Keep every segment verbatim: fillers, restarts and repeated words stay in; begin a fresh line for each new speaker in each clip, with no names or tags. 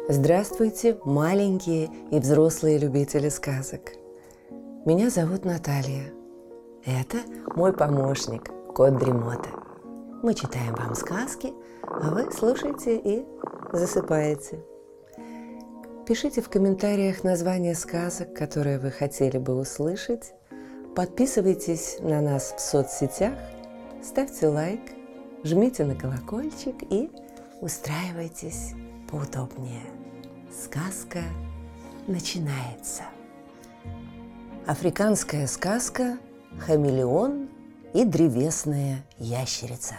Здравствуйте, маленькие и взрослые любители сказок. Меня зовут Наталья. Это мой помощник, кот Дремота. Мы читаем вам сказки, а вы слушаете и засыпаете. Пишите в комментариях названия сказок, которые вы хотели бы услышать. Подписывайтесь на нас в соцсетях, ставьте лайк, жмите на колокольчик и устраивайтесь поудобнее. Сказка начинается. Африканская сказка «Хамелеон и древесная ящерица».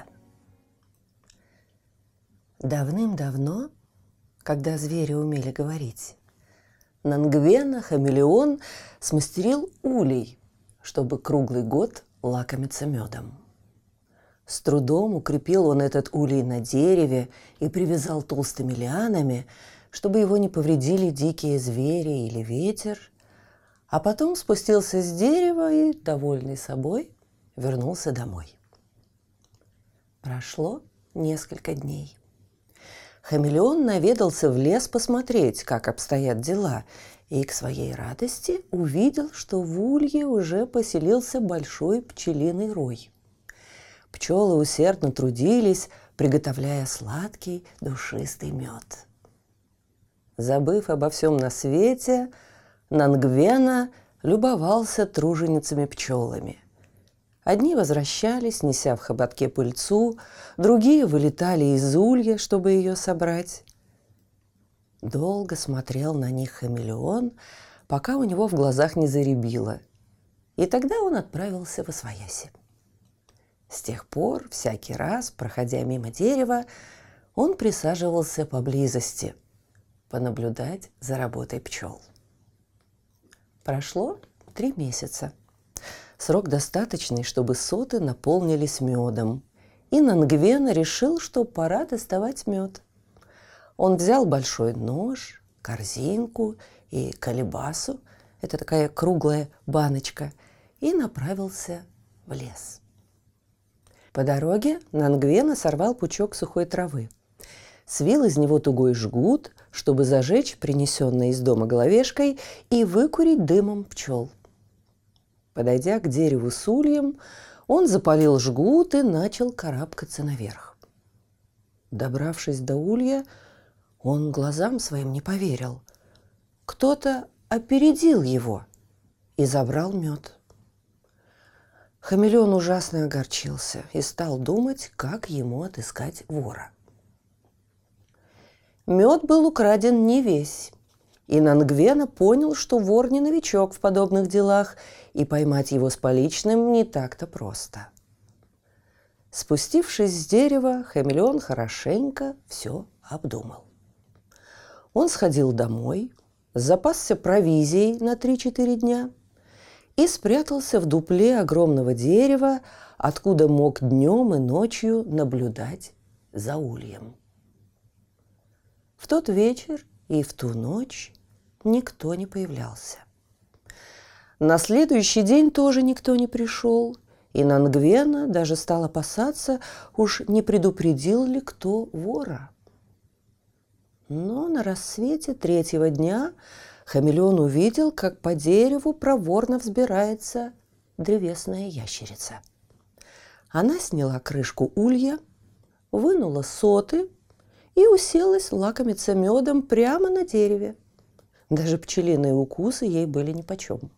Давным-давно, когда звери умели говорить, Нангвена хамелеон смастерил улей, чтобы круглый год лакомиться медом. С трудом укрепил он этот улей на дереве и привязал толстыми лианами, чтобы его не повредили дикие звери или ветер, а потом спустился с дерева и, довольный собой, вернулся домой. Прошло несколько дней. Хамелеон наведался в лес посмотреть, как обстоят дела, и к своей радости увидел, что в улье уже поселился большой пчелиный рой. Пчелы усердно трудились, приготовляя сладкий душистый мед. Забыв обо всем на свете, Нангвена любовался труженицами-пчелами. Одни возвращались, неся в хоботке пыльцу, другие вылетали из улья, чтобы ее собрать. Долго смотрел на них хамелеон, пока у него в глазах не зарябило, и тогда он отправился восвояси. С тех пор, всякий раз, проходя мимо дерева, он присаживался поблизости, понаблюдать за работой пчел. Прошло три месяца. Срок достаточный, чтобы соты наполнились медом, и Нангвена решил, что пора доставать мед. Он взял большой нож, корзинку и колебасу, это такая круглая баночка, и направился в лес. По дороге Нангвена сорвал пучок сухой травы, свил из него тугой жгут, чтобы зажечь принесенной из дома головешкой и выкурить дымом пчел. Подойдя к дереву с ульем, он запалил жгут и начал карабкаться наверх. Добравшись до улья, он глазам своим не поверил. Кто-то опередил его и забрал мед. Хамелеон ужасно огорчился и стал думать, как ему отыскать вора. Мед был украден не весь, и Нангвена понял, что вор не новичок в подобных делах, и поймать его с поличным не так-то просто. Спустившись с дерева, хамелеон хорошенько все обдумал. Он сходил домой, запасся провизией на три-четыре дня и спрятался в дупле огромного дерева, откуда мог днем и ночью наблюдать за ульем. В тот вечер и в ту ночь никто не появлялся. На следующий день тоже никто не пришел, и Нангвена даже стал опасаться, уж не предупредил ли кто вора. Но на рассвете третьего дня хамелеон увидел, как по дереву проворно взбирается древесная ящерица. Она сняла крышку улья, вынула соты и уселась лакомиться медом прямо на дереве. Даже пчелиные укусы ей были нипочем.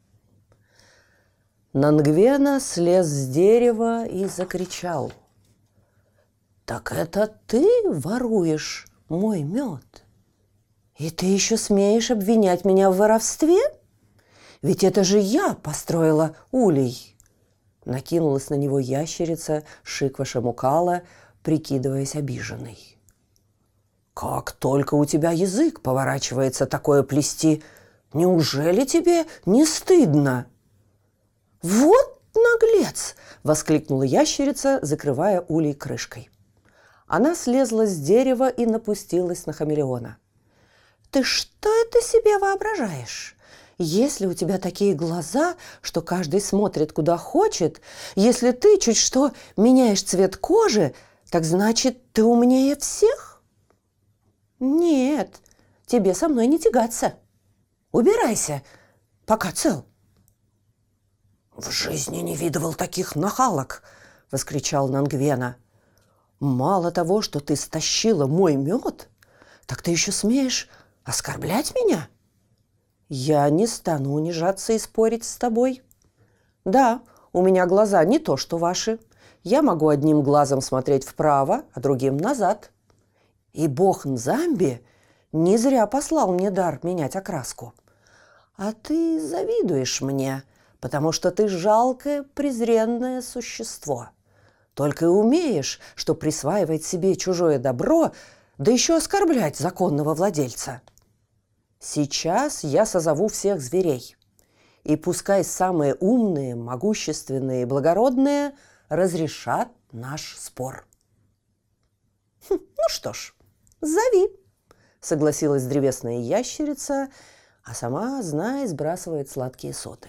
Нангвена слез с дерева и закричал: «Так это ты воруешь мой мед? И ты еще смеешь обвинять меня в воровстве? Ведь это же я построила улей!» Накинулась на него ящерица Шиква-Шамукала, прикидываясь обиженной. «Как только у тебя язык поворачивается такое плести! Неужели тебе не стыдно?» «Вот наглец!» – воскликнула ящерица, закрывая улей крышкой. Она слезла с дерева и напустилась на хамелеона. «Ты что это себе воображаешь? Если у тебя такие глаза, что каждый смотрит куда хочет, если ты чуть что меняешь цвет кожи, так значит, ты умнее всех? Нет, тебе со мной не тягаться. Убирайся, пока цел». «В жизни не видывал таких нахалок!» – воскричал Нангвена. «Мало того, что ты стащила мой мед, так ты еще смеешь оскорблять меня? Я не стану унижаться и спорить с тобой. Да, у меня глаза не то, что ваши. Я могу одним глазом смотреть вправо, а другим назад. И бог Нзамби не зря послал мне дар менять окраску. А ты завидуешь мне, потому что ты жалкое, презренное существо. Только и умеешь, что присваивать себе чужое добро, да еще оскорблять законного владельца. Сейчас я созову всех зверей, и пускай самые умные, могущественные и благородные разрешат наш спор». «Хм, ну что ж, зови», — согласилась древесная ящерица, а сама, зная, сбрасывает сладкие соты.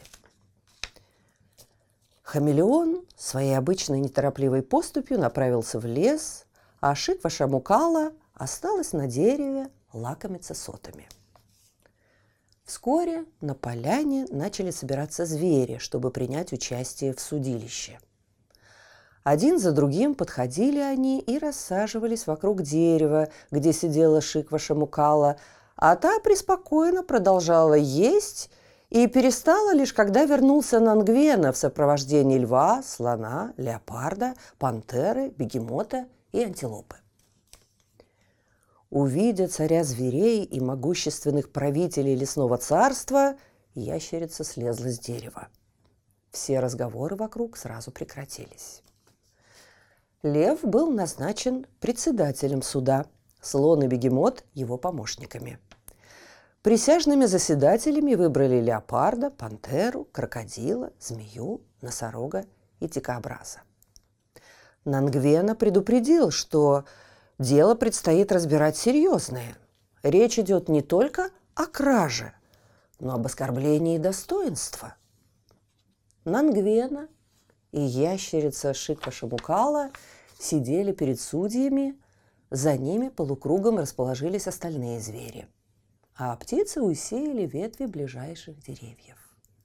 Хамелеон своей обычной неторопливой поступью направился в лес, а Шиква Шамукала осталась на дереве лакомиться сотами. Вскоре на поляне начали собираться звери, чтобы принять участие в судилище. Один за другим подходили они и рассаживались вокруг дерева, где сидела Шиква Шамукала, а та преспокойно продолжала есть и перестала лишь, когда вернулся Нангвена в сопровождении льва, слона, леопарда, пантеры, бегемота и антилопы. Увидя царя зверей и могущественных правителей лесного царства, ящерица слезла с дерева. Все разговоры вокруг сразу прекратились. Лев был назначен председателем суда, слон и бегемот – его помощниками. Присяжными заседателями выбрали леопарда, пантеру, крокодила, змею, носорога и дикобраза. Нангвена предупредил, что дело предстоит разбирать серьезное. Речь идет не только о краже, но об оскорблении достоинства. Нангвена и ящерица Шиква Шамукала сидели перед судьями, за ними полукругом расположились остальные звери, а птицы усеяли ветви ближайших деревьев.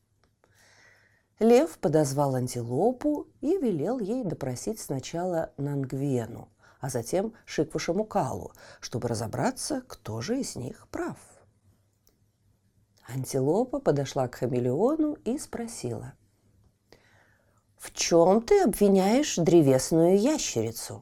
Лев подозвал антилопу и велел ей допросить сначала Нангвену, а затем Шикву Шамукалу, чтобы разобраться, кто же из них прав. Антилопа подошла к хамелеону и спросила: «В чем ты обвиняешь древесную ящерицу?»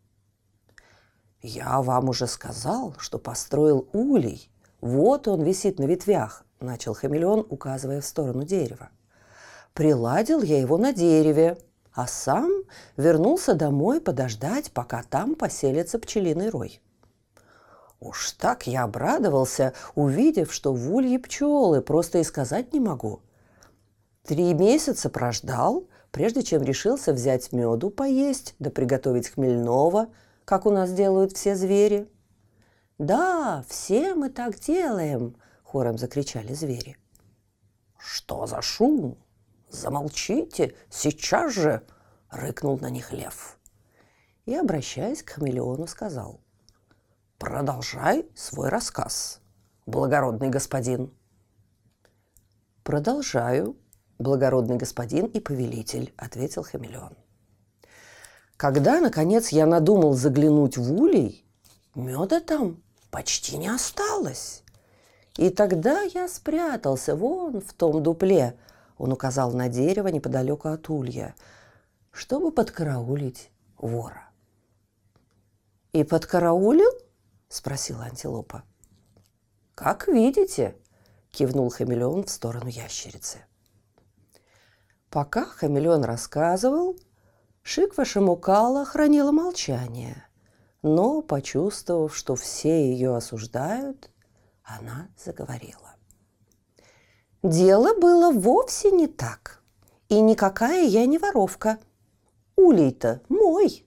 «Я вам уже сказал, что построил улей. Вот он висит на ветвях», – начал хамелеон, указывая в сторону дерева. «Приладил я его на дереве, а сам вернулся домой подождать, пока там поселится пчелиный рой. Уж так я обрадовался, увидев, что в улье пчелы, просто и сказать не могу. Три месяца прождал, прежде чем решился взять меду поесть, да приготовить хмельного, как у нас делают все звери». «Да, все мы так делаем!» – хором закричали звери. «Что за шум? Замолчите, сейчас же!» – рыкнул на них лев. И, обращаясь к хамелеону, сказал: «Продолжай свой рассказ, благородный господин». «Продолжаю, благородный господин и повелитель», – ответил хамелеон. «Когда, наконец, я надумал заглянуть в улей, меда там почти не осталось. И тогда я спрятался вон в том дупле», – он указал на дерево неподалеку от улья, – «чтобы подкараулить вора». «И подкараулил?» – спросила антилопа. «Как видите», – кивнул хамелеон в сторону ящерицы. Пока хамелеон рассказывал, Шиква Шамукала хранила молчание, но, почувствовав, что все ее осуждают, она заговорила. «Дело было вовсе не так, и никакая я не воровка. Улей-то мой».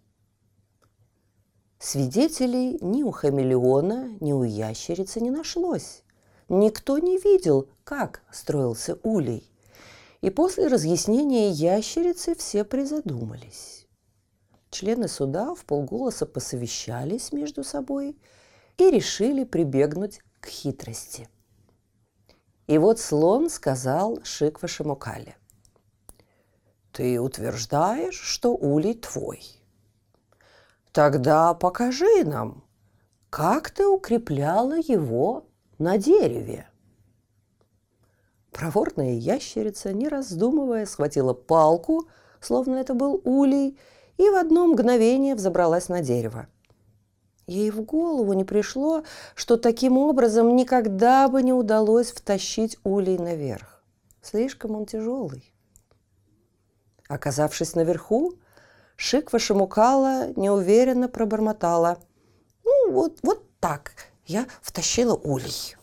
Свидетелей ни у хамелеона, ни у ящерицы не нашлось. Никто не видел, как строился улей. И после разъяснения ящерицы все призадумались. Члены суда вполголоса посовещались между собой и решили прибегнуть к к хитрости. И вот слон сказал Шиква-Шамокале: «Ты утверждаешь, что улей твой. Тогда покажи нам, как ты укрепляла его на дереве». Проворная ящерица, не раздумывая, схватила палку, словно это был улей, и в одно мгновение взобралась на дерево. Ей в голову не пришло, что таким образом никогда бы не удалось втащить улей наверх. Слишком он тяжелый. Оказавшись наверху, Шиква-Шамокала неуверенно пробормотала: «Ну, вот, вот так я втащила улей».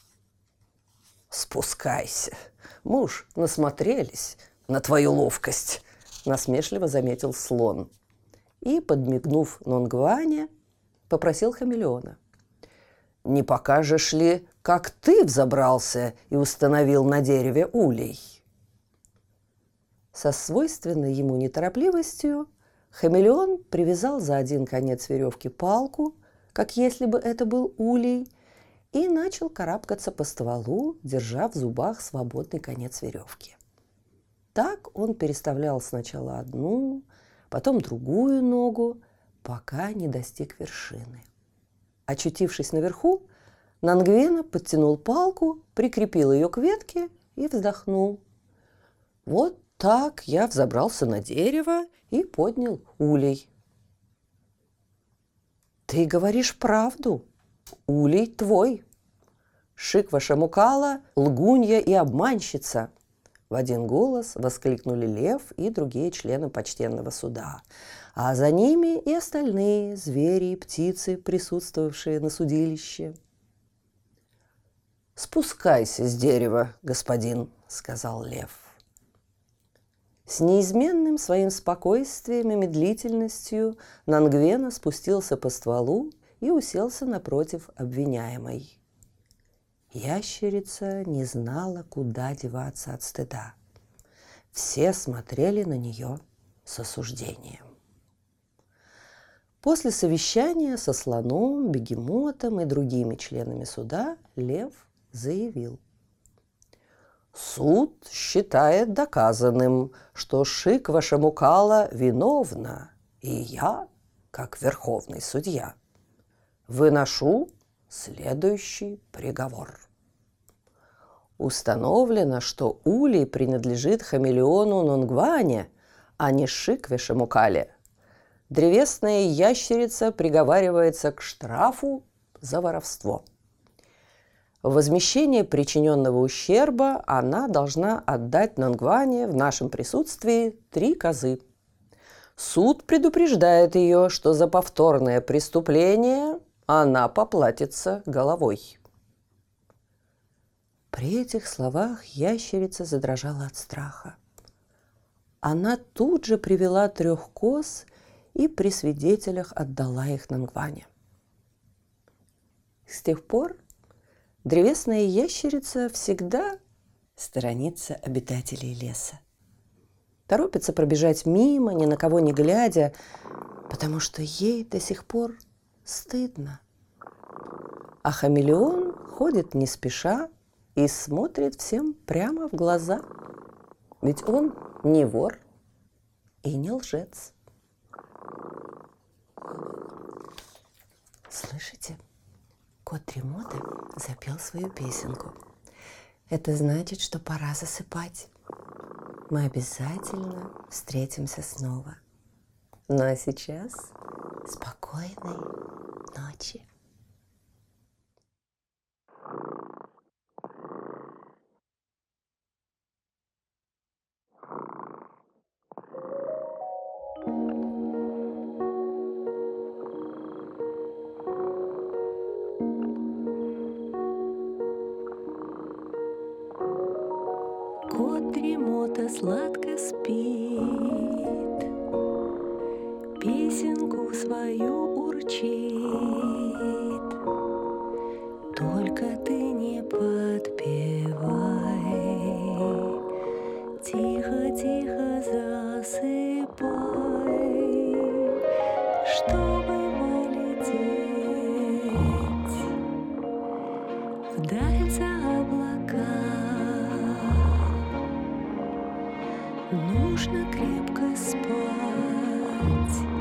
«Спускайся, мы уж насмотрелись на твою ловкость», – насмешливо заметил слон. И, подмигнув Нонгване, попросил хамелеона: «Не покажешь ли, как ты взобрался и установил на дереве улей?» Со свойственной ему неторопливостью хамелеон привязал за один конец веревки палку, как если бы это был улей, и начал карабкаться по стволу, держа в зубах свободный конец веревки. Так он переставлял сначала одну, потом другую ногу, пока не достиг вершины. Очутившись наверху, Нонгвена подтянул палку, прикрепил ее к ветке и вздохнул: «Вот так я взобрался на дерево и поднял улей». «Ты говоришь правду, улей твой. Шиква-Шамокала – лгунья и обманщица!» В один голос воскликнули лев и другие члены почтенного суда, а за ними и остальные звери и птицы, присутствовавшие на судилище. «Спускайся с дерева, господин», – сказал лев. С неизменным своим спокойствием и медлительностью Нонгвена спустился по стволу и уселся напротив обвиняемой. Ящерица не знала, куда деваться от стыда. Все смотрели на нее с осуждением. После совещания со слоном, бегемотом и другими членами суда лев заявил: «Суд считает доказанным, что Шиква-Шамокала виновна, и я, как верховный судья, выношу следующий приговор. Установлено, что улей принадлежит хамелеону Нонгване, а не Шикве-Шамокале. Древесная ящерица приговаривается к штрафу за воровство. В возмещение причиненного ущерба она должна отдать Нонгване в нашем присутствии три козы. Суд предупреждает ее, что за повторное преступление она поплатится головой». При этих словах ящерица задрожала от страха. Она тут же привела трех коз и при свидетелях отдала их Нонгване. С тех пор древесная ящерица всегда сторонится обитателей леса. Торопится пробежать мимо, ни на кого не глядя, потому что ей до сих пор стыдно. А хамелеон ходит не спеша и смотрит всем прямо в глаза. Ведь он не вор и не лжец. Слышите? Кот Дремота запел свою песенку. Это значит, что пора засыпать. Мы обязательно встретимся снова. Ну а сейчас спокойной ночи.
Кот Дремота сладко спит, песенку свою урчит. Только ты не подпевай, тихо-тихо засыпай, чтобы полететь нужно крепко спать.